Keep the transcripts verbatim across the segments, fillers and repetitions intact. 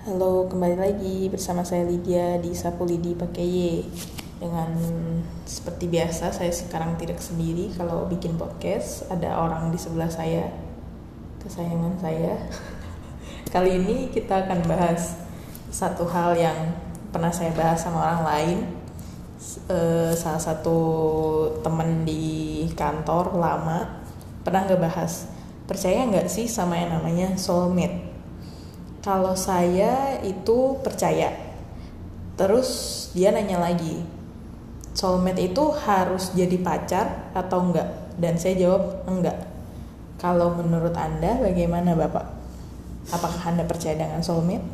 Halo, kembali lagi bersama saya Lydia di Sapu Lidi pakai Y. Dengan seperti biasa, saya sekarang tidak sendiri kalau bikin podcast. Ada orang di sebelah saya, kesayangan saya. Kali ini kita akan bahas satu hal yang pernah saya bahas sama orang lain. E, salah satu teman di kantor lama pernah ngebahas, percaya nggak sih sama yang namanya soulmate? Kalau saya itu percaya. Terus dia nanya lagi, soulmate itu harus jadi pacar atau enggak? Dan saya jawab enggak. Kalau menurut Anda bagaimana Bapak? Apakah Anda percaya dengan soulmate?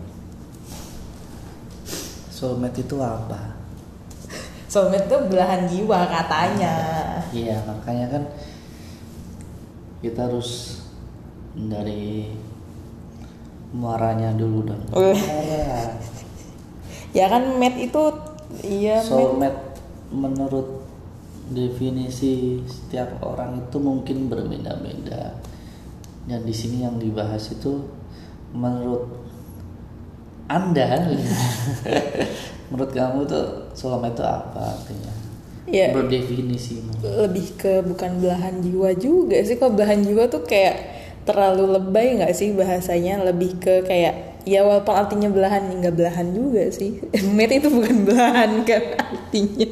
Soulmate itu apa? Soulmate itu belahan jiwa katanya. Iya, makanya kan kita harus dari muaranya dulu dong. Muara. Ya kan mate itu iya soulmate menurut definisi setiap orang itu mungkin berbeda-beda. Dan di sini yang dibahas itu menurut Anda menurut kamu tuh soulmate itu apa artinya? Ya, berdefinisi lebih ke bukan belahan jiwa juga sih. Kok belahan jiwa tuh kayak terlalu lebay nggak sih bahasanya, lebih ke kayak ya walaupun artinya belahan nggak belahan juga sih. Mate itu bukan belahan kan artinya.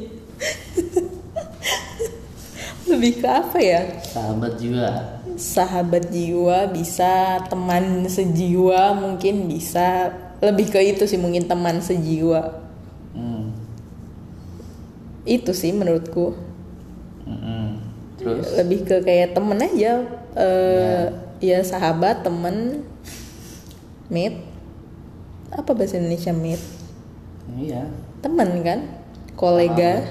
Lebih ke apa ya, sahabat jiwa. Sahabat jiwa bisa, teman sejiwa mungkin bisa, lebih ke itu sih mungkin teman sejiwa. hmm. Itu sih menurutku. hmm. Terus lebih ke kayak temen aja. uh, ya. ya sahabat, temen, mate. Apa bahasa Indonesia mate? Iya, temen kan, kolega.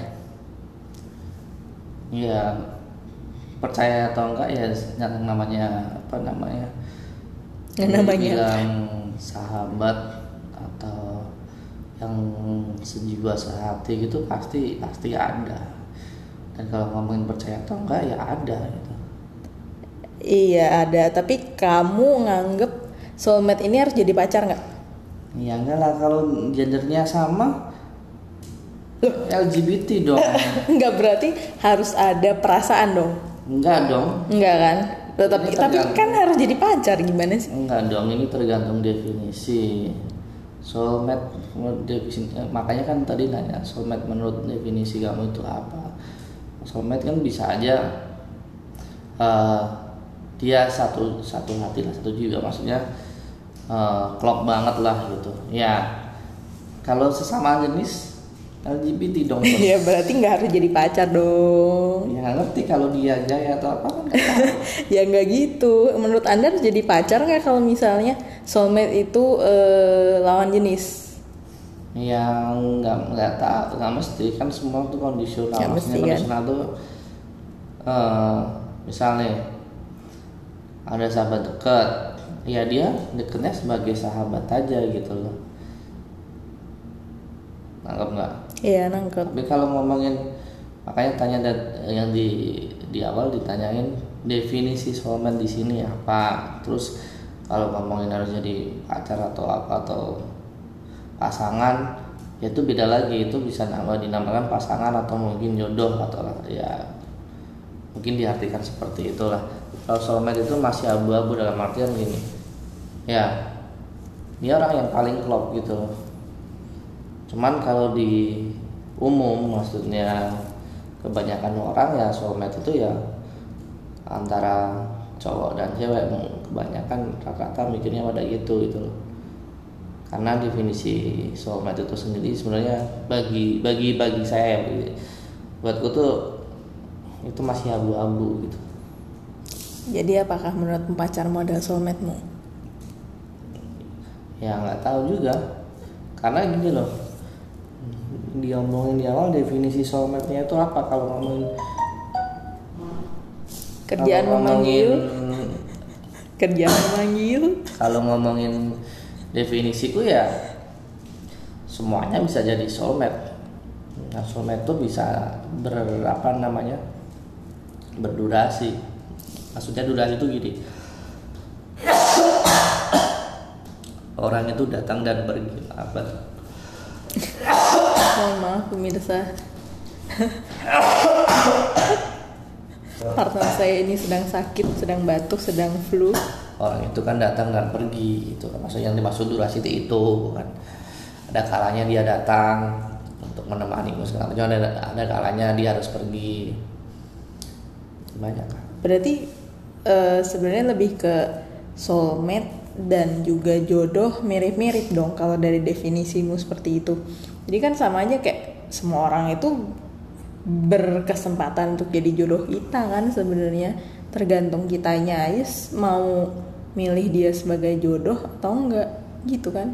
Iya, percaya atau enggak ya yang namanya apa namanya yang namanya bilang sahabat atau yang sejiwa sehati gitu pasti pasti ada. Dan kalau ngomongin percaya atau enggak ya ada gitu. Iya ada, tapi kamu nganggep soulmate ini harus jadi pacar nggak? Ya enggak lah, kalau gendernya sama L G B T dong. Enggak, berarti harus ada perasaan dong? Enggak dong. Enggak kan? Tapi tapi kan harus jadi pacar, gimana sih? Enggak dong, ini tergantung definisi. Soulmate menurut definisi, makanya kan tadi nanya soulmate menurut definisi kamu itu apa? Soulmate kan bisa aja uh, dia satu satu hati lah, satu jiwa, maksudnya uh, klop banget lah gitu. Ya kalau sesama jenis L G B T dong. Ya berarti nggak harus jadi pacar dong. Ya nggak ngerti kalau dia gay atau apa kan. Ya nggak gitu. Menurut Anda harus jadi pacar nggak kalau misalnya soulmate itu uh, lawan jenis? Yang nggak nggak tahu, nggak mesti kan, semua tuh kondisional. Gak maksudnya mesti, kondisional kan? Tuh uh, misalnya ada sahabat dekat, ya dia deketnya sebagai sahabat aja gitu loh, nangkep nggak? Iya nangkep. Tapi kalau ngomongin, makanya tanya yang di di awal ditanyain definisi soulmate di sini apa, terus kalau ngomongin harus jadi pacar atau apa atau pasangan, ya itu beda lagi. Itu bisa nama dinamakan pasangan atau mungkin jodoh atau ya mungkin diartikan seperti itulah. Kalau soulmate itu masih abu-abu dalam artian gini, ya dia orang yang paling klop gitu. Cuman kalau di umum, maksudnya kebanyakan orang ya soulmate itu ya antara cowok dan cewek, kebanyakan rata-rata mikirnya pada gitu gitu loh. Karena definisi soulmate itu sendiri sebenarnya bagi bagi bagi saya, buatku tuh itu masih abu-abu gitu. Jadi apakah menurut pacarmu adalah soulmate-mu? Ya nggak tahu juga, karena gini loh, dia ngomongin di awal definisi soulmate-nya itu apa. Kalau ngomongin kerjaan kalau memanggil, ngomongin, kerjaan memanggil. Kalau ngomongin definisiku ya semuanya bisa jadi soulmate. Nah, soulmate itu bisa berapa namanya berdurasi. Maksudnya durasi itu gini, orang itu datang dan pergi apa? Mohon maaf pemirsa. Partner saya ini sedang sakit, sedang batuk, sedang flu. Orang itu kan datang dan pergi, itu kan maksudnya yang dimaksud durasi itu kan. Ada kalanya dia datang untuk menemanimu segala macam, ada ada kalanya dia harus pergi. Banyak kan. Berarti uh, sebenarnya lebih ke soulmate dan juga jodoh mirip-mirip dong kalau dari definisimu seperti itu. Jadi kan sama aja kayak semua orang itu berkesempatan untuk jadi jodoh kita kan sebenarnya, tergantung kitanya aja mau milih dia sebagai jodoh atau enggak gitu kan.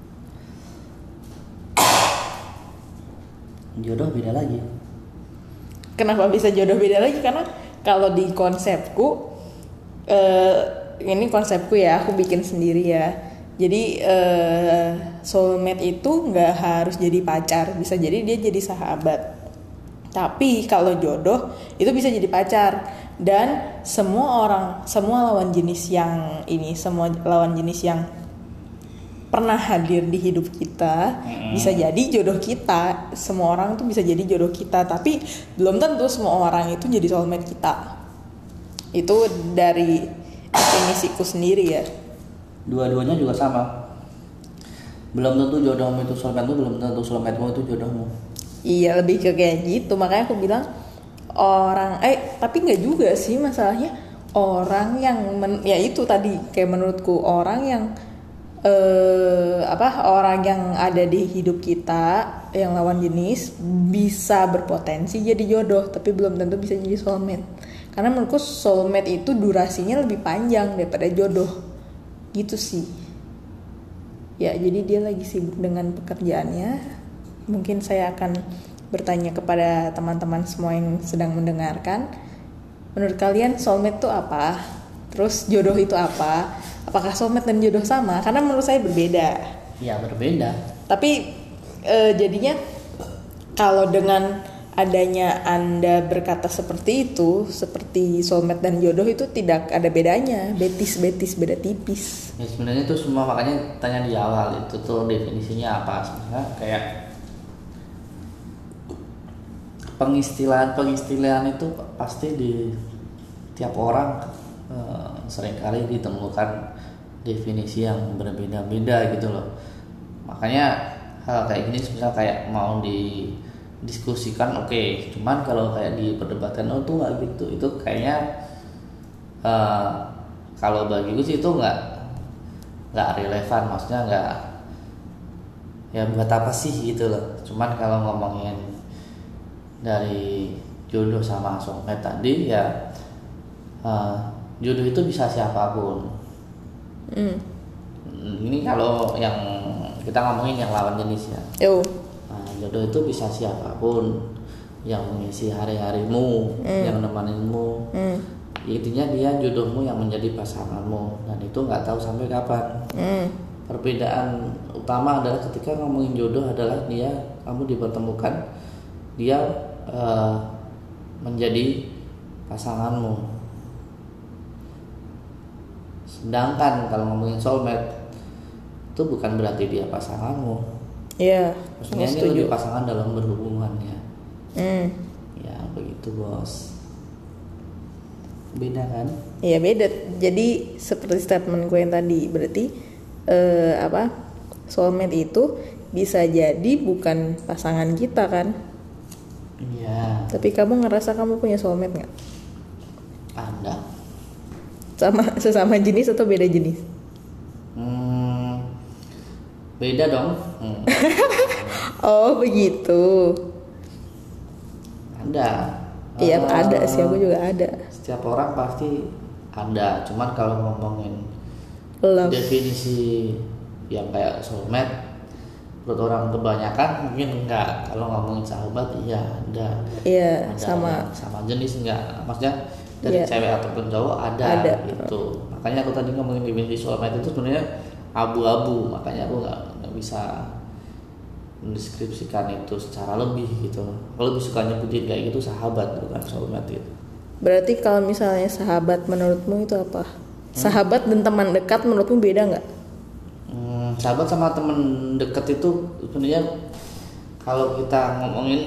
Jodoh beda lagi. Kenapa bisa jodoh beda lagi? Karena kalau di konsepku eh, ini konsepku ya, aku bikin sendiri ya. Jadi eh, soulmate itu nggak harus jadi pacar, bisa jadi dia jadi sahabat. Tapi kalau jodoh itu bisa jadi pacar, dan semua orang, semua lawan jenis yang ini, semua lawan jenis yang pernah hadir di hidup kita hmm. bisa jadi jodoh kita. Semua orang tuh bisa jadi jodoh kita, tapi belum tentu semua orang itu jadi soulmate kita. Itu dari definisiku sendiri ya. Dua-duanya juga sama. Belum tentu jodohmu itu soulmate, belum tentu soulmate-mu itu jodohmu. Iya, lebih ke kayak gitu. Makanya aku bilang orang eh tapi nggak juga sih masalahnya. Orang yang men, ya itu tadi kayak menurutku orang yang eh, apa orang yang ada di hidup kita yang lawan jenis bisa berpotensi jadi jodoh, tapi belum tentu bisa jadi soulmate. Karena menurutku soulmate itu durasinya lebih panjang daripada jodoh gitu sih. Ya jadi dia lagi sibuk dengan pekerjaannya. Mungkin saya akan bertanya kepada teman-teman semua yang sedang mendengarkan, menurut kalian soulmate itu apa? Terus jodoh itu apa? Apakah soulmate dan jodoh sama? Karena menurut saya berbeda. Ya berbeda. Tapi e, jadinya kalau dengan adanya Anda berkata seperti itu, seperti soulmate dan jodoh itu tidak ada bedanya, betis-betis, beda tipis. Ya sebenarnya itu semua, makanya tanya di awal itu tuh definisinya apa sebenarnya, kayak pengistilahan-pengistilahan itu pasti di tiap orang eh, seringkali ditemukan definisi yang berbeda-beda gitu loh. Makanya hal kayak gini misalnya kayak mau didiskusikan oke, okay. Cuman kalau kayak diperdebatkan oh tuh nggak gitu, itu kayaknya eh, kalau bagiku sih itu nggak nggak relevan, maksudnya nggak, ya buat apa sih gitu loh. Cuman kalau ngomongin dari jodoh sama soulmate tadi ya, uh, jodoh itu bisa siapapun. Mm. Ini kalau yang kita ngomongin yang lawan jenis ya. Yo. Nah, jodoh itu bisa siapapun yang mengisi hari-harimu, mm. yang nemaninmu. Mm. Intinya dia jodohmu yang menjadi pasanganmu, dan itu nggak tahu sampai kapan. Mm. Perbedaan utama adalah ketika ngomongin jodoh adalah dia kamu dipertemukan, dia Uh, menjadi pasanganmu. Sedangkan kalau ngomongin soulmate itu bukan berarti dia pasanganmu. Iya. Maksudnya ini lebih pasangan dalam berhubungan ya. Mm. Ya begitu bos. Beda kan? Iya beda. Jadi seperti statement gue yang tadi, berarti uh, apa? Soulmate itu bisa jadi bukan pasangan kita kan? Iya. Tapi kamu ngerasa kamu punya soulmate nggak? Ada. Sama sesama jenis atau beda jenis? Hmm, beda dong. Hmm. Oh begitu. Ada. Iya uh, ada sih, aku juga ada. Setiap orang pasti ada. Cuman kalau ngomongin Love. Definisi yang kayak soulmate, menurut orang kebanyakan mungkin enggak. Kalau ngomongin sahabat iya ada. Iya, ada sama sama jenis enggak. Maksudnya dari yeah. cewek ataupun cowok ada, ada gitu. Makanya aku tadi ngomongin definisi soulmate itu sebenarnya abu-abu. Makanya aku enggak enggak bisa mendeskripsikan itu secara lebih gitu. Kalau lebih suka nyebutin kayak gitu sahabat, bukan soulmate itu. Berarti kalau misalnya sahabat menurutmu itu apa? Hmm? Sahabat dan teman dekat menurutmu beda enggak? Hmm, sahabat sama temen deket itu sebenarnya kalau kita ngomongin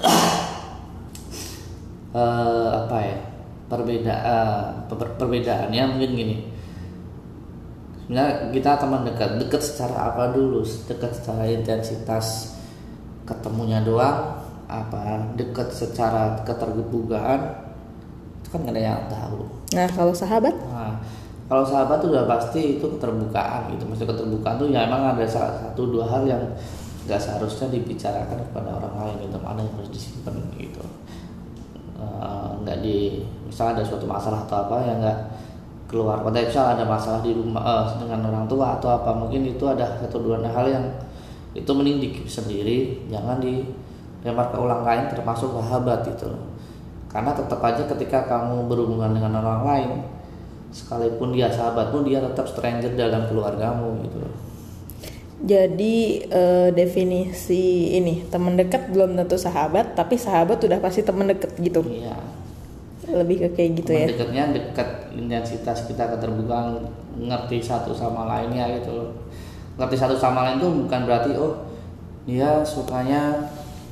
uh, apa ya perbedaan per- perbedaannya mungkin gini. Sebenarnya kita teman dekat, dekat secara apa dulu? Dekat secara intensitas ketemunya doang, apa dekat secara keterbukaan? Itu kan gak ada yang tahu. Nah kalau sahabat? Nah, kalau sahabat tuh udah pasti itu keterbukaan gitu. Maksudnya keterbukaan tuh ya emang ada salah satu dua hal yang nggak seharusnya dibicarakan kepada orang lain gitu, mana yang harus disimpan gitu. Nggak uh, di misal ada suatu masalah atau apa yang nggak keluar konteksnya, ada masalah di rumah uh, dengan orang tua atau apa, mungkin itu ada satu dua hal yang itu mending dikeep sendiri, jangan dilempar ke orang lain termasuk sahabat itu. Karena tetap aja ketika kamu berhubungan dengan orang lain, sekalipun dia sahabatmu, dia tetap stranger dalam keluargamu gitu. Jadi uh, definisi ini teman dekat belum tentu sahabat, tapi sahabat udah pasti teman dekat gitu. Iya. Lebih ke kayak gitu teman ya. Dekatnya dekat, intensitas kita keterbukaan, ngerti satu sama lainnya gitu loh. Ngerti satu sama lain tuh bukan berarti oh dia sukanya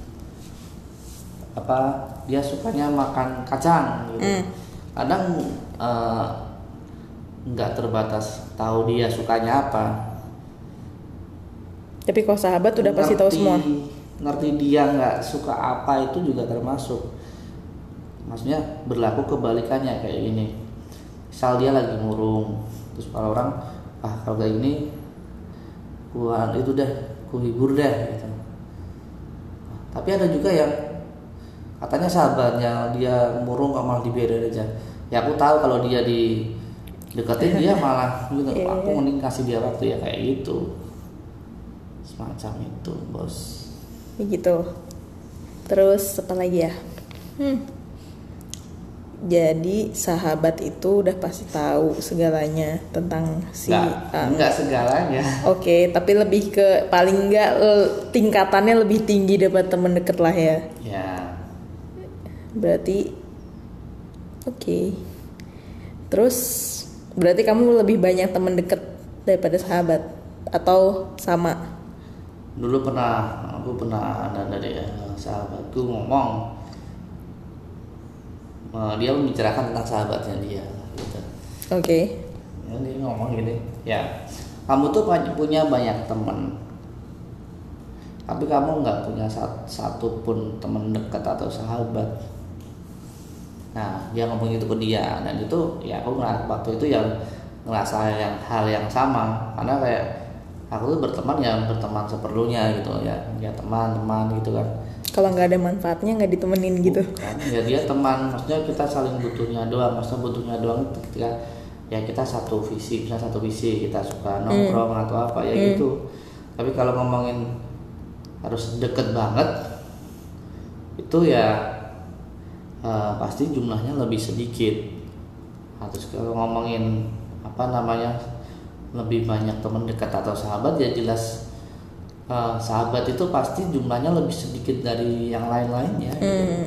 apa, dia sukanya makan kacang gitu. Mm. Kadang nggak uh, terbatas tahu dia sukanya apa. Tapi kalau sahabat udah ngerti, pasti tahu semua. Ngerti dia nggak suka apa itu juga termasuk. Maksudnya berlaku kebalikannya kayak gini. Misal dia lagi murung, terus para orang ah kalau kayak gini, gua itu deh, gua hibur deh gitu. Nah, tapi ada juga yang katanya sahabatnya dia murung kok malah dibiarin aja. Ya aku tahu kalau dia di deketin dia malah gitu. Aku mending kasih dia waktu ya kayak gitu. Semacam itu, bos. Begitu. Terus apa lagi ya? Hmm. Jadi sahabat itu udah pasti tahu segalanya tentang si Nggak, uh, enggak segalanya. Oke, okay, tapi lebih ke paling enggak tingkatannya lebih tinggi daripada teman deket lah ya. Ya. Berarti oke. Okay. Terus berarti kamu lebih banyak teman deket daripada sahabat atau sama? Dulu pernah, aku pernah ada dari sahabatku ngomong, dia membicarakan tentang sahabatnya dia gitu. Oke. Okay. Ya, dia ngomong gini, ya kamu tuh punya banyak teman, tapi kamu nggak punya satu pun teman dekat atau sahabat. Nah dia ngomong itu ke dia, dan itu ya aku ngerasa waktu itu yang ngerasa yang hal yang sama, karena kayak aku tuh berteman ya berteman seperlunya gitu ya, ya teman-teman gitu kan. Kalau nggak ada manfaatnya nggak ditemenin gitu. Bukan, ya dia teman, maksudnya kita saling butuhnya doang, maksudnya butuhnya doang itu ketika ya kita satu visi, misalnya satu visi kita suka nongkrong mm. atau apa ya mm. gitu. Tapi kalau ngomongin harus deket banget, itu ya uh, pasti jumlahnya lebih sedikit. Nah, terus kalau ngomongin apa namanya lebih banyak teman dekat atau sahabat, ya jelas uh, sahabat itu pasti jumlahnya lebih sedikit dari yang lain-lainnya gitu. hmm.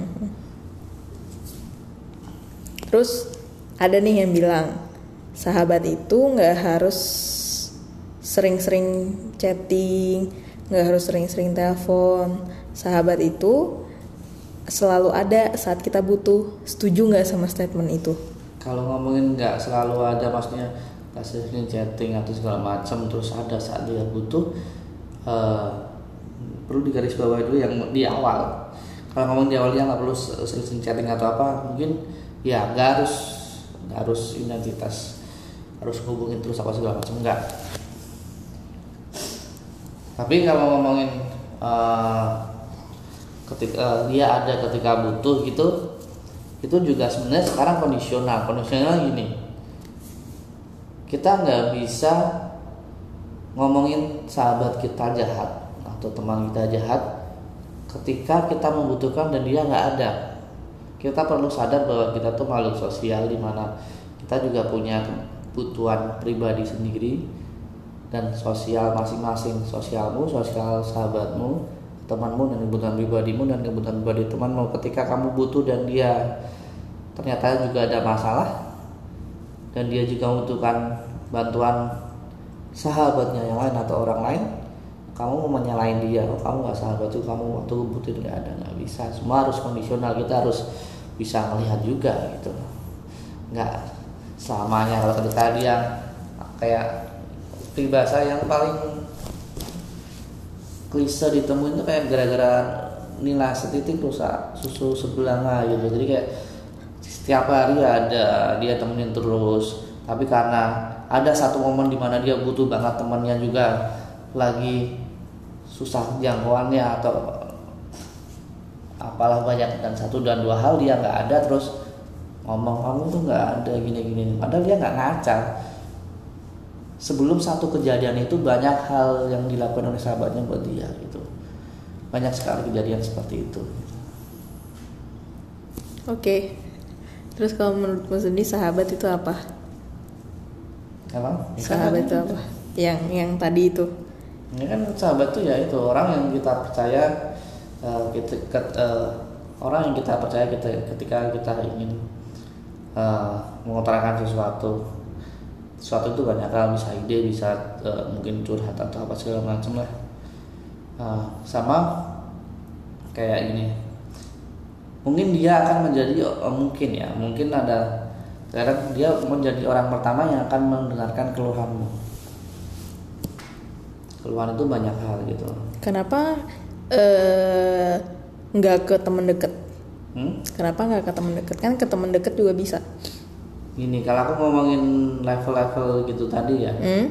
Terus ada nih yang bilang sahabat itu nggak harus sering-sering chatting, nggak harus sering-sering telepon. Sahabat itu selalu ada saat kita butuh. Setuju nggak sama statement itu? Kalau ngomongin nggak selalu ada, maksudnya nggak sering chatting atau segala macam terus ada saat dia butuh, uh, perlu digarisbawahi dulu yang di awal. Kalau ngomong di awal dia nggak perlu sering chatting atau apa, mungkin ya nggak harus nggak harus identitas harus hubungin terus apa segala macam, enggak. Tapi kalau ngomongin uh, ketika uh, dia ada ketika butuh gitu, itu juga sebenarnya sekarang kondisional. Kondisional gini, kita nggak bisa ngomongin sahabat kita jahat atau teman kita jahat ketika kita membutuhkan dan dia nggak ada. Kita perlu sadar bahwa kita tuh makhluk sosial, di mana kita juga punya kebutuhan pribadi sendiri dan sosial masing-masing. Sosialmu, sosial sahabatmu, temanmu, dan kebutuhan pribadimu dan kebutuhan pribadi temanmu. Ketika kamu butuh dan dia ternyata juga ada masalah dan dia juga membutuhkan bantuan sahabatnya yang lain atau orang lain, kamu mau menyalahin dia, oh kamu nggak sahabat tuh, kamu waktu butuh nggak ada, nggak bisa. Semua harus kondisional, kita harus bisa melihat juga gitu, nggak selamanya. Kalau tadi yang kayak peribahasa yang paling klise ditemuin tuh kayak gara-gara nila setitik rusak susu sebelanga gitu. Jadi kayak setiap hari ada dia temenin terus, tapi karena ada satu momen dimana dia butuh banget temannya juga lagi susah jangkauannya atau apalah banyak dan satu dan dua hal dia nggak ada, terus ngomong kamu tuh nggak ada gini-gini, padahal dia nggak ngaca. Sebelum satu kejadian itu banyak hal yang dilakukan oleh sahabatnya buat dia gitu. Banyak sekali kejadian seperti itu. Oke. Terus kalau menurutmu sendiri sahabat itu apa? Apa? Sahabat itu apa? Yang yang tadi itu. Ini kan sahabat tuh ya itu orang yang kita percaya, uh, kita, uh, orang yang kita percaya kita ketika kita ingin uh, mengutarakan sesuatu. Sesuatu itu banyak hal, bisa ide, bisa uh, mungkin curhat atau apa segala macam lah. Uh, sama kayak gini, mungkin dia akan menjadi uh, mungkin ya mungkin ada kadang dia menjadi orang pertama yang akan mendengarkan keluhanmu. Keluhan itu banyak hal gitu. Kenapa uh, nggak ke teman dekat? Hmm? Kenapa nggak ke teman dekat? Kan ke teman dekat juga bisa. Gini, kalau aku ngomongin level-level gitu tadi ya. Hmm?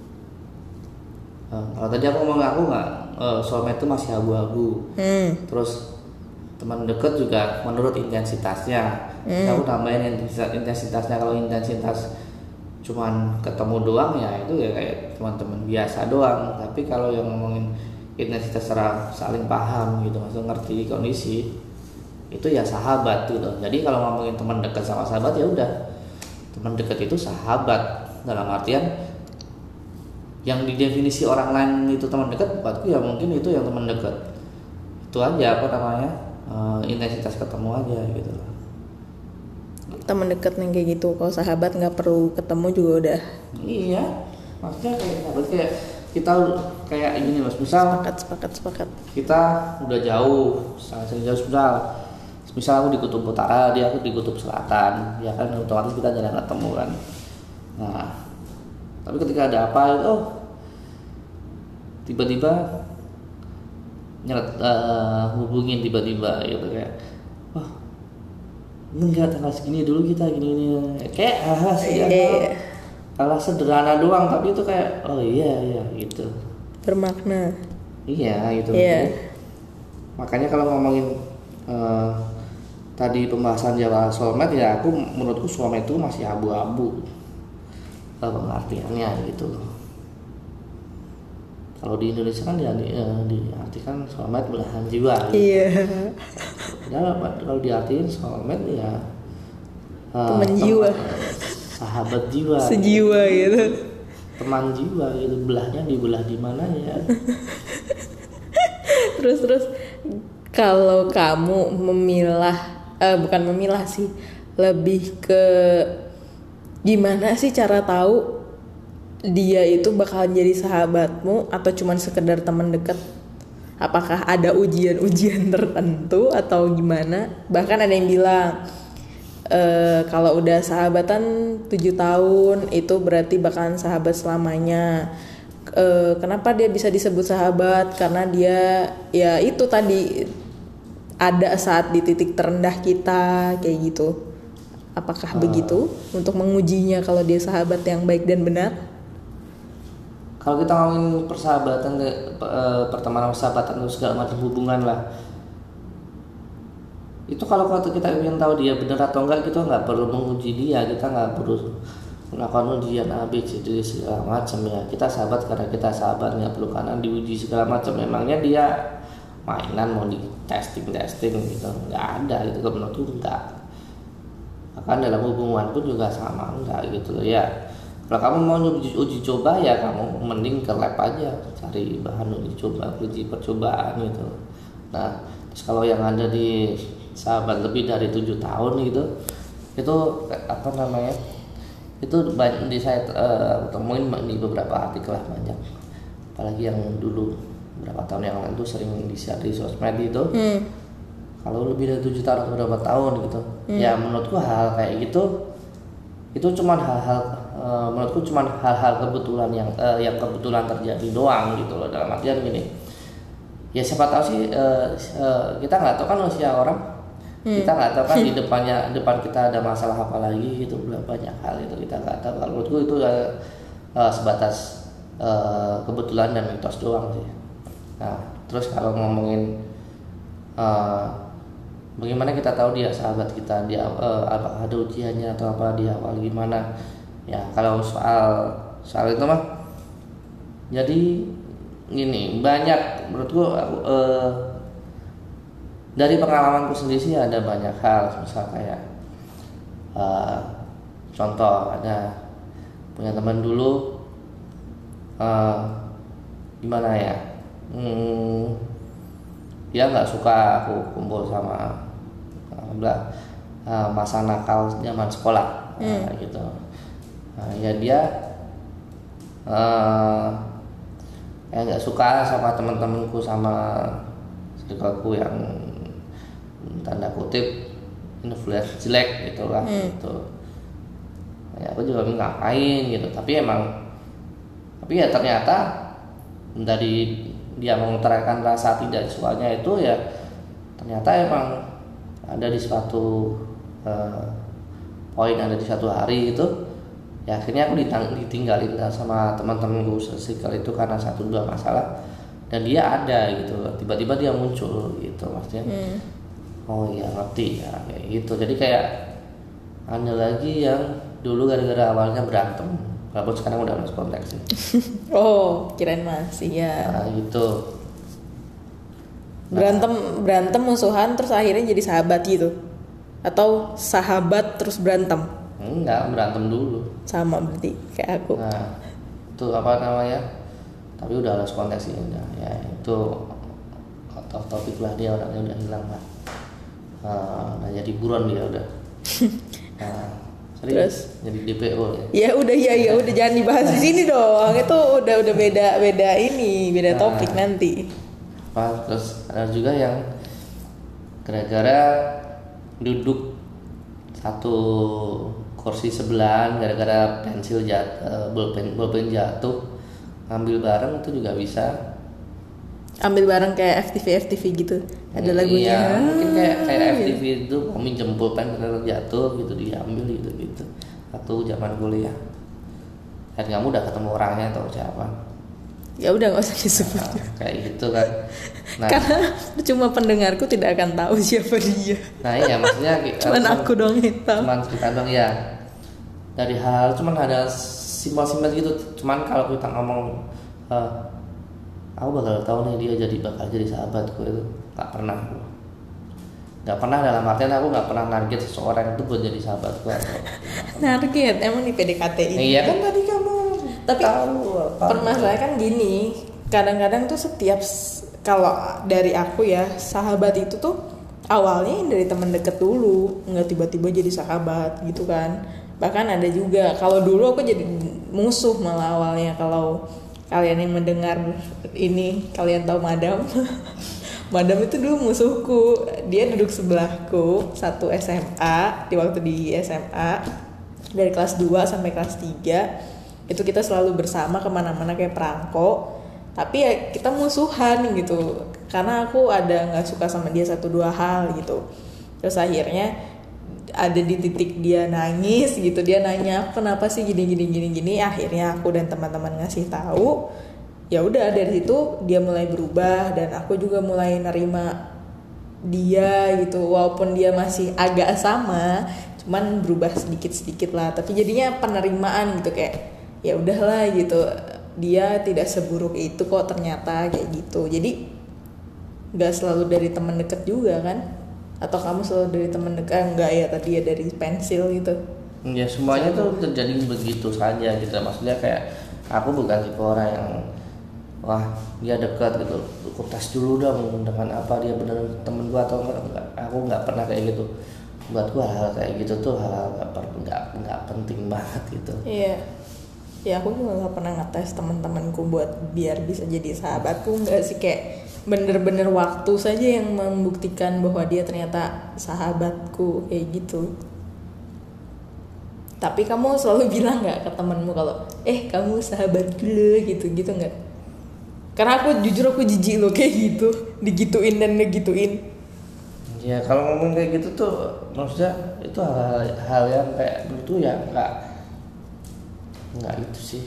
Uh, kalau tadi aku ngomong aku nggak uh, soulmate itu masih abu-abu. Hmm. Terus teman dekat juga menurut intensitasnya. Hmm. Aku tambahin intensitasnya. Kalau intensitas cuman ketemu doang ya itu ya kayak teman-teman biasa doang. Tapi kalau yang ngomongin intensitas secara saling paham gitu, maksudnya ngerti kondisi, itu ya sahabat gitu. Jadi kalau ngomongin teman dekat sama sahabat ya udah, teman dekat itu sahabat dalam artian yang didefinisi orang lain itu teman dekat, buatku ya mungkin itu yang teman dekat. Itu aja apa namanya uh, intensitas ketemu aja gitu. Teman dekat yang kayak gitu, kalau sahabat nggak perlu ketemu juga udah. Iya, maksudnya kayak sahabat kayak kita kayak ini mas, misal sepakat sepakat sepakat. Kita udah jauh, sangat jauh sudah. Misal aku di kutub utara, dia aku di kutub selatan, ya kan otomatis kita jarang ketemu kan. Nah, tapi ketika ada apa itu, oh tiba-tiba nyeret uh, hubungin tiba-tiba gitu kayak, wah enggak tanggal segini dulu kita gini-gini, kayak hal sederhana, hal sederhana doang, tapi itu kayak oh iya iya gitu. Bermakna. Iya gitu. Yeah. Makanya kalau ngomongin uh, tadi pembahasan Jawa soulmate ya, aku menurutku soulmate itu masih abu-abu uh, pengertiannya gitu. Kalau di Indonesia kan dia di, uh, diartikan soulmate belahan jiwa. Iya. Gitu. Ya, kalau diartikan soulmate ya uh, teman jiwa, sahabat jiwa, sejiwa gitu. gitu. Teman jiwa gitu, belahnya dibelah di mana ya? terus terus kalau kamu memilah, eh, bukan memilah sih, lebih ke gimana sih cara tahu dia itu bakal jadi sahabatmu atau cuman sekedar teman dekat? Apakah ada ujian-ujian tertentu atau gimana? Bahkan ada yang bilang e, kalau udah sahabatan tujuh tahun itu berarti bakalan sahabat selamanya. E, kenapa dia bisa disebut sahabat? Karena dia ya itu tadi ada saat di titik terendah kita kayak gitu. Apakah uh, begitu untuk mengujinya kalau dia sahabat yang baik dan benar? Kalau kita ngomongin persahabatan, pertemanan, persahabatan itu segala macam hubungan lah. Itu kalau kita ingin tahu dia benar atau enggak, kita nggak perlu menguji dia, kita nggak perlu melakukan ujian A B C D segala macam ya. Kita sahabat karena kita sahabat, nggak perlu karena diuji segala macam. Memangnya dia mainan mau di testing testing gitu, nggak ada gitu. Menurutku enggak. Bahkan dalam hubungan pun juga sama enggak gitu loh ya. Kalau kamu mau uji, uji coba ya kamu mending ke lab aja, cari bahan uji coba, uji percobaan gitu. Nah, terus kalau yang ada di sahabat lebih dari tujuh tahun gitu, itu apa namanya? itu banyak di saya uh, temuin di beberapa artikel lah banyak, apalagi yang dulu berapa tahun yang lalu tuh sering di-share di sosmed itu hmm. kalau lebih dari tujuh tahun atau berapa tahun gitu hmm. ya menurutku hal kayak gitu itu cuman hal-hal uh, menurutku cuman hal-hal kebetulan yang uh, yang kebetulan terjadi doang gitu loh, dalam artian gini ya siapa tahu sih uh, uh, kita nggak tahu kan usia orang hmm. kita nggak tahu kan di depannya depan kita ada masalah apa lagi gitu, banyak hal itu kita nggak tahu. Kalau menurutku itu uh, uh, sebatas uh, kebetulan dan mitos doang sih. Nah terus kalau ngomongin uh, bagaimana kita tahu dia sahabat kita, dia uh, apakah ada ujiannya atau apa di awal gimana ya, kalau soal soal itu mah jadi gini, banyak menurutku uh, dari pengalamanku sendiri sih ada banyak hal, misal kayak uh, contoh ada punya teman dulu uh, gimana ya, hmm, dia nggak suka aku kumpul sama uh, masa nakal zaman sekolah hmm. uh, gitu, nah, ya dia uh, kayak nggak suka sama teman-temanku sama circleku yang tanda kutip influence jelek gitu lah hmm. gitu. Ya, aku juga ngapain gitu, tapi emang tapi ya ternyata dari dia mengutarakan rasa tidak sukanya itu ya ternyata emang ada di suatu uh, poin, ada di suatu hari gitu ya akhirnya aku ditinggalin sama teman-temanku circle itu karena satu dua masalah, dan dia ada gitu tiba-tiba dia muncul gitu maksudnya hmm. oh iya ngerti ya kayak gitu. Jadi kayak ada lagi yang dulu gara-gara awalnya berantem, walaupun sekarang udah lost kontak sih. Oh kirain masih ya. Nah gitu. Berantem nah, berantem musuhan terus akhirnya jadi sahabat gitu, atau sahabat terus berantem? Enggak, berantem dulu. Sama berarti kayak aku. Nah itu apa namanya, tapi udah lost kontak sih udah ya, itu out of topik lah, dia orangnya udah hilang lah. Nah jadi buron dia udah. Nah, terus jadi D P O ya. Ya udah ya ya udah jangan dibahas di sini dong. Itu udah udah beda beda ini, beda topik nah, nanti. Apa terus ada juga yang gara-gara duduk satu kursi sebelahan gara-gara pensil jatuh, bolpen bolpen jatuh, ambil bareng itu juga bisa. Ambil bareng kayak F T V F T V gitu. Ada lagunya. Iya, mungkin kayak kayak F T V itu mau minjem pulpen benar jatuh gitu, diambil gitu gitu. Waktu zaman kuliah. Dan kamu udah ketemu orangnya atau siapa? Ya udah nggak usah disebut. Nah, kayak gitu kan. Nah, karena cuma pendengarku tidak akan tahu siapa dia. Nah iya maksudnya cuman aku dong hitam. Cuman kita dong ya. Dari hal cuman ada simpel-simpel gitu. Cuman kalau kita ngomong uh, aku bakal tahu nih dia jadi bakal jadi sahabatku, itu nggak pernah, nggak pernah dalam artian aku nggak pernah target seseorang itu buat jadi sahabatku. Target emang di P D K T ini? Iya kan tadi kamu. Tapi permasalahan kan gini, kadang-kadang tuh setiap kalau dari aku ya sahabat itu tuh awalnya dari teman deket dulu, nggak tiba-tiba jadi sahabat gitu kan. Bahkan ada juga kalau dulu aku jadi musuh malah awalnya. Kalau kalian yang mendengar ini, kalian tahu Madam. Madam itu dulu musuhku. Dia duduk sebelahku satu S M A, di waktu di S M A dari kelas dua sampai kelas tiga. Itu kita selalu bersama kemana-mana kayak perangko. Tapi ya kita musuhan gitu, karena aku ada nggak suka sama dia satu dua hal gitu. Terus akhirnya ada di titik dia nangis gitu, dia nanya kenapa sih gini gini gini gini. Akhirnya aku dan teman-teman ngasih tahu, ya udah dari situ dia mulai berubah dan aku juga mulai nerima dia gitu, walaupun dia masih agak sama, cuman berubah sedikit sedikit lah. Tapi jadinya penerimaan gitu, kayak ya udahlah gitu, dia tidak seburuk itu kok ternyata kayak gitu. Jadi nggak selalu dari teman dekat juga kan? Atau kamu selalu dari teman dekat? Enggak ya, tadi ya dari pensil gitu. Ya semuanya tuh terjadi begitu saja gitu. Maksudnya kayak aku bukan tipe orang yang wah dia dekat gitu, aku tes dulu dong dengan apa dia benar temen gua atau enggak. Aku nggak pernah kayak gitu. buat gua hal kayak gitu tuh hal nggak nggak penting banget gitu. Iya. Ya aku juga nggak pernah ngetes teman-temanku buat biar bisa jadi sahabatku, nggak sih, kayak bener-bener waktu saja yang membuktikan bahwa dia ternyata sahabatku kayak gitu. Tapi kamu selalu bilang nggak ke temanmu kalau eh kamu sahabat gue gitu gitu nggak? Karena aku jujur aku jijik loh kayak gitu, digituin dan ngegituin. Ya kalau ngomong kayak gitu tuh maksudnya itu hal, hal yang kayak gitu ya nggak nggak itu sih.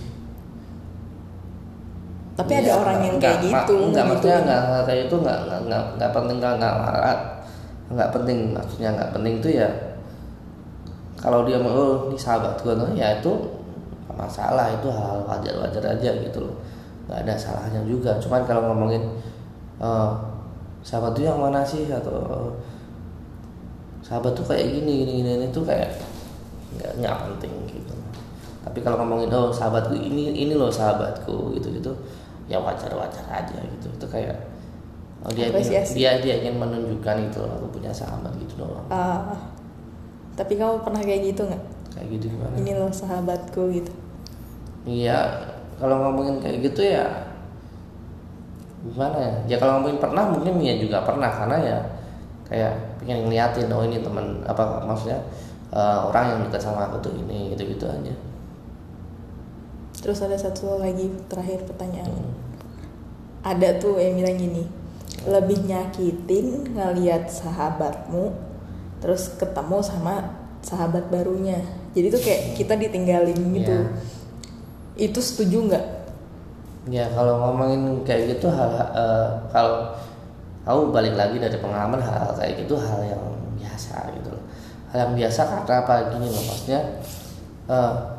Tapi ya, ada orang yang kayak gitu. Nggak maksudnya nggak kayak itu nggak nggak nggak penting nggak nggak nggak penting maksudnya nggak penting tuh ya. Kalau dia mau oh, ini sahabat gue tuh ya itu nggak masalah, itu hal wajar-wajar aja gitu loh, nggak ada salahnya juga. Cuman kalau ngomongin uh, sahabat tuh yang mana sih atau uh, sahabat tuh kayak gini gini gini itu kayak nggak nggak penting gitu. Tapi kalau ngomongin oh sahabatku ini ini loh sahabatku gitu gitu ya wajar wajar aja gitu. Itu kayak oh, dia ingin, dia dia ingin menunjukkan itu aku punya sahabat gitu doang. Uh, tapi kamu pernah kayak gitu nggak? Kayak gitu gimana? Ini loh sahabatku gitu. Iya kalau ngomongin kayak gitu ya gimana ya? Ya kalau ngomongin pernah mungkin ya juga pernah karena ya kayak pengen ngeliatin oh ini teman apa maksudnya uh, orang yang dekat sama aku tuh ini gitu gitu aja. Terus ada satu lagi terakhir pertanyaan. Hmm. Ada tuh yang bilang gini, lebih nyakitin ngelihat sahabatmu terus ketemu sama sahabat barunya. Jadi tuh kayak kita ditinggalin gitu. Yeah. Itu setuju nggak? Ya kalau ngomongin kayak gitu hal uh, kalau kamu balik lagi dari pengalaman hal kayak gitu hal yang biasa gitu loh. Hal yang biasa karena apa gini loh maksudnya. Uh,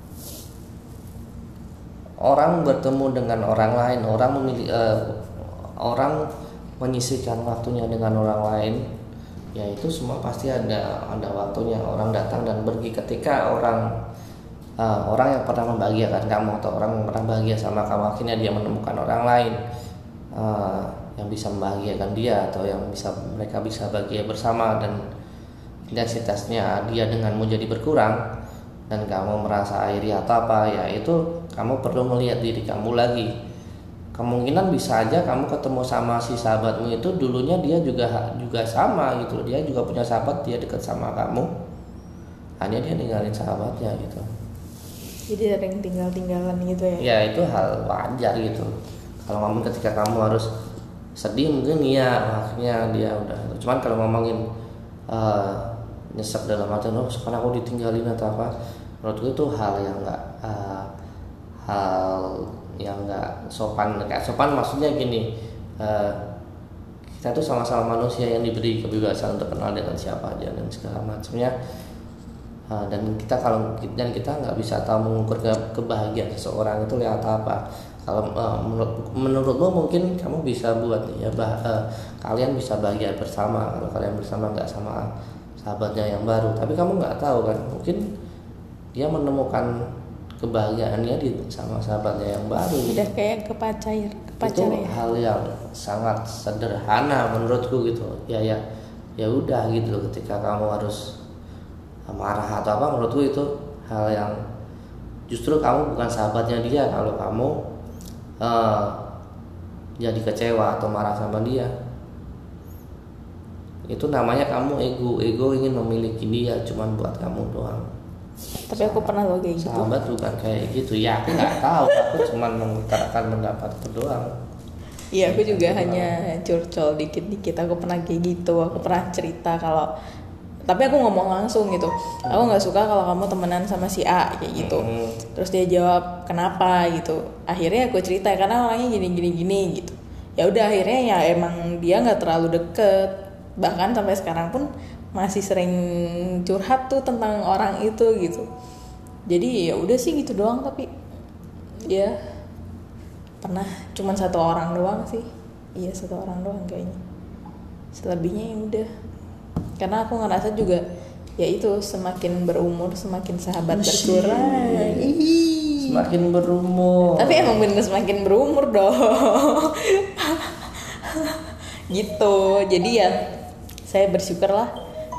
Orang bertemu dengan orang lain, orang memilih, uh, orang menyisihkan waktunya dengan orang lain, ya itu semua pasti ada ada waktunya. Orang datang dan pergi. Ketika orang uh, orang yang pernah membahagiakan kamu atau orang yang pernah bahagia sama kamu akhirnya dia menemukan orang lain uh, yang bisa membahagiakan dia atau yang bisa mereka bisa bahagia bersama dan intensitasnya dia denganmu jadi berkurang dan kamu merasa iri atau apa ya itu kamu perlu melihat diri kamu lagi. Kemungkinan bisa aja kamu ketemu sama si sahabatmu itu dulunya dia juga juga sama gitu, dia juga punya sahabat, dia dekat sama kamu, hanya dia ninggalin sahabatnya gitu. Jadi ada yang tinggal-tinggalan gitu ya? Ya itu hal wajar gitu. Kalau ngomong ketika kamu harus sedih mungkin ya akhirnya dia udah. Cuman kalau ngomongin uh, nyesek dalam arti oh sekarang aku ditinggalin atau apa, menurutku itu hal yang nggak uh, hal yang nggak sopan. Kayak sopan maksudnya gini, uh, kita tuh sama-sama manusia yang diberi kebebasan untuk kenal dengan siapa aja dan segala macamnya, uh, dan kita kalau dan kita nggak bisa tahu mengukur ke, kebahagiaan seseorang itu lewat apa. Kalau uh, menurut menurutmu mungkin kamu bisa buat ya bah, uh, kalian bisa bahagia bersama kalau kalian bersama nggak sama sahabatnya yang baru, tapi kamu nggak tahu kan, mungkin dia menemukan kebahagiaannya di sama sahabatnya yang baru. Udah kayak kepacar, kepacar itu ya? Hal yang sangat sederhana menurutku gitu. Ya ya ya udah gitu. Ketika kamu harus marah atau apa, menurutku itu hal yang justru kamu bukan sahabatnya dia kalau kamu uh, jadi kecewa atau marah sama dia. Itu namanya kamu ego ego ingin memiliki dia cuman buat kamu doang. Tapi aku pernah loh kayak gitu. Sahabat bukan kayak gitu ya, aku nggak tahu, aku cuman mengutarakan pendapatku doang. Iya, aku juga hanya curcol dikit-dikit. Aku pernah kayak gitu. Aku pernah cerita kalau, tapi aku ngomong langsung gitu. Aku nggak suka kalau kamu temenan sama si A kayak gitu. Hmm. Terus dia jawab kenapa gitu. Akhirnya aku cerita karena orangnya gini-gini gini gitu. Ya udah akhirnya ya emang dia nggak terlalu deket. Bahkan sampai sekarang pun masih sering curhat tuh tentang orang itu gitu. Jadi ya udah sih gitu doang, tapi ya pernah cuman satu orang doang sih. Iya satu orang doang kayaknya. Selebihnya ya udah. Karena aku ngerasa juga ya itu semakin berumur semakin sahabat berkurang. Semakin berumur. Tapi emang bener semakin berumur dong. Gitu. Jadi ya saya bersyukurlah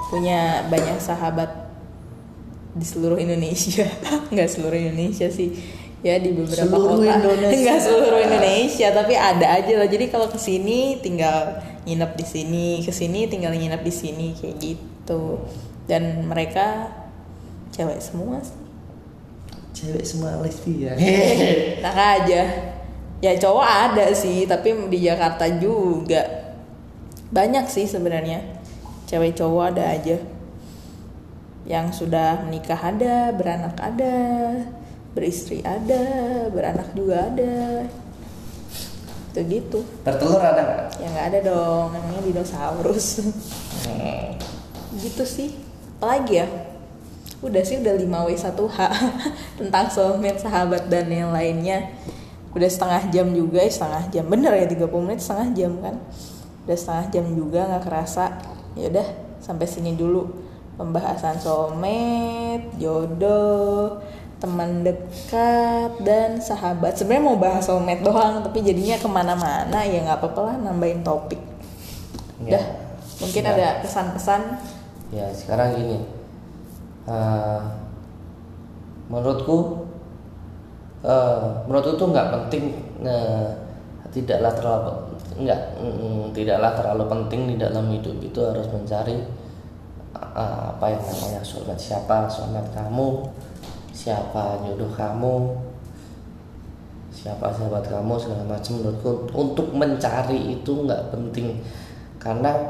punya banyak sahabat di seluruh Indonesia. Nggak seluruh Indonesia sih, ya di beberapa Seluruh kota. Indonesia. Nggak seluruh Indonesia, tapi ada aja lah. Jadi kalau kesini tinggal nginep di sini, kesini tinggal nginep di sini kayak gitu. Dan mereka cewek semua sih. Cewek semua lesbian. Nah aja. Ya cowok ada sih, tapi di Jakarta juga banyak sih sebenarnya. Cewek cowok ada aja. Yang sudah menikah ada, beranak ada, beristri ada, beranak juga ada. Itu gitu. Bertelur ada nggak? Ya nggak ada dong, namanya dinosaurus. Hmm. Gitu sih. Apalagi ya? Udah sih udah lima W satu H tentang soulmate, sahabat dan yang lainnya. Udah setengah jam juga, setengah jam. Bener ya tiga puluh menit setengah jam kan. Udah setengah jam juga nggak kerasa. Ya udah sampai sini dulu pembahasan soulmate, jodoh, teman dekat dan sahabat. Sebenarnya mau bahas soulmate doang, tapi jadinya kemana-mana. Ya nggak apa-apa lah, nambahin topik. Ya, Udah, mungkin ya. ada kesan-pesan. Ya sekarang gini, uh, menurutku, uh, menurutku tuh nggak penting, uh, tidaklah terlalu nggak, mm, tidaklah terlalu penting di dalam hidup itu harus mencari uh, apa yang namanya soulmate. Siapa soulmate kamu, siapa jodoh kamu, siapa sahabat kamu, segala macam. Menurutku untuk mencari itu nggak penting, karena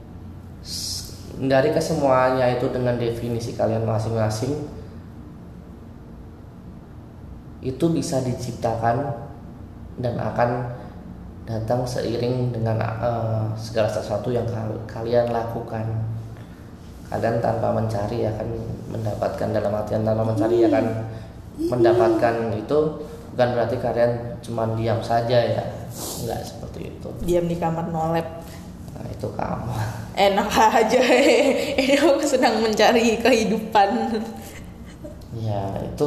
dari kesemuanya itu dengan definisi kalian masing-masing itu bisa diciptakan dan akan datang seiring dengan uh, segala sesuatu yang kal- kalian lakukan. Kalian tanpa mencari akan mendapatkan, dalam artian tanpa mencari akan mendapatkan itu bukan berarti kalian cuma diam saja ya, enggak seperti itu. Diam di kamar nolep. Nah itu kamu. Enak aja. Ini aku sedang mencari kehidupan. Ya itu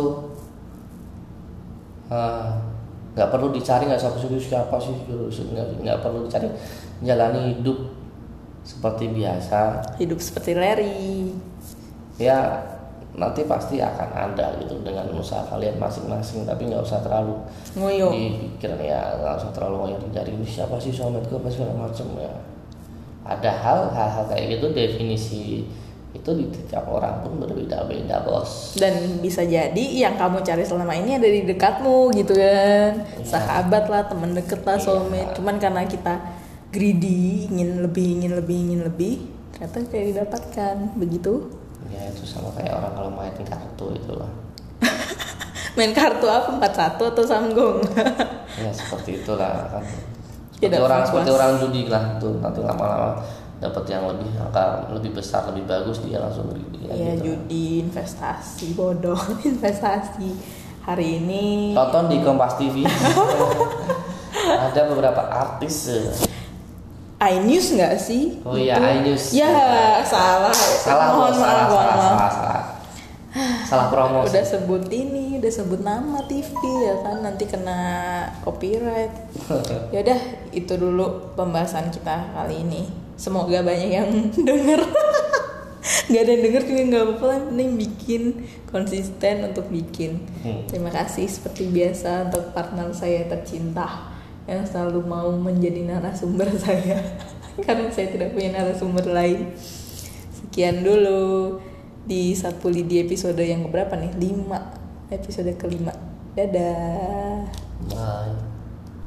nggak uh, perlu dicari, nggak siapa sih siapa sih nggak nggak perlu dicari, jalani hidup seperti biasa. Hidup seperti Larry. Ya nanti pasti akan ada gitu dengan usaha kalian masing-masing, tapi nggak usah terlalu Ngoyo. dipikirin, ya nggak usah terlalu ngoyo dicari ini siapa sih soulmate gue apa segala macam ya. Ada hal hal kayak gitu, definisi itu di tiap orang pun berbeda-beda bos. Dan bisa jadi yang kamu cari selama ini ada di dekatmu gitu kan. Iya. Sahabat lah, teman deket lah, Iya. soulmate. Cuman karena kita greedy, ingin lebih, ingin lebih, ingin lebih, ternyata kayak didapatkan. Begitu. Ya itu sama kayak orang kalau main kartu itu loh. Main kartu apa? empat satu atau Samgong? Ya seperti itulah kan. Tidak Seperti orang puas. seperti orang judi lah tuh, nanti lama-lama dapat yang lebih angka lebih besar, lebih bagus, dia langsung greedy ya, Iya, gitu. judi, investasi, bodoh, investasi. Hari ini Tonton di Kompas T V. Ada beberapa artis. iNews nggak sih? Oh iya, Itu- iNews. Ya, salah. Salah Mohon bos, maaf, salah, mohon salah, maaf. salah, salah. Salah promosi. Udah sebut ini, udah sebut nama T V ya kan, nanti kena copyright. Ya udah, itu dulu pembahasan kita kali ini. Semoga banyak yang denger. Gak ada yang denger juga nggak apa-apa lah, yang penting bikin, konsisten untuk bikin. Hmm. Terima kasih seperti biasa untuk partner saya tercinta yang selalu mau menjadi narasumber saya karena saya tidak punya narasumber lain. Sekian dulu di Sapu Lidi episode yang keberapa nih? lima. Episode kelima. Dadah.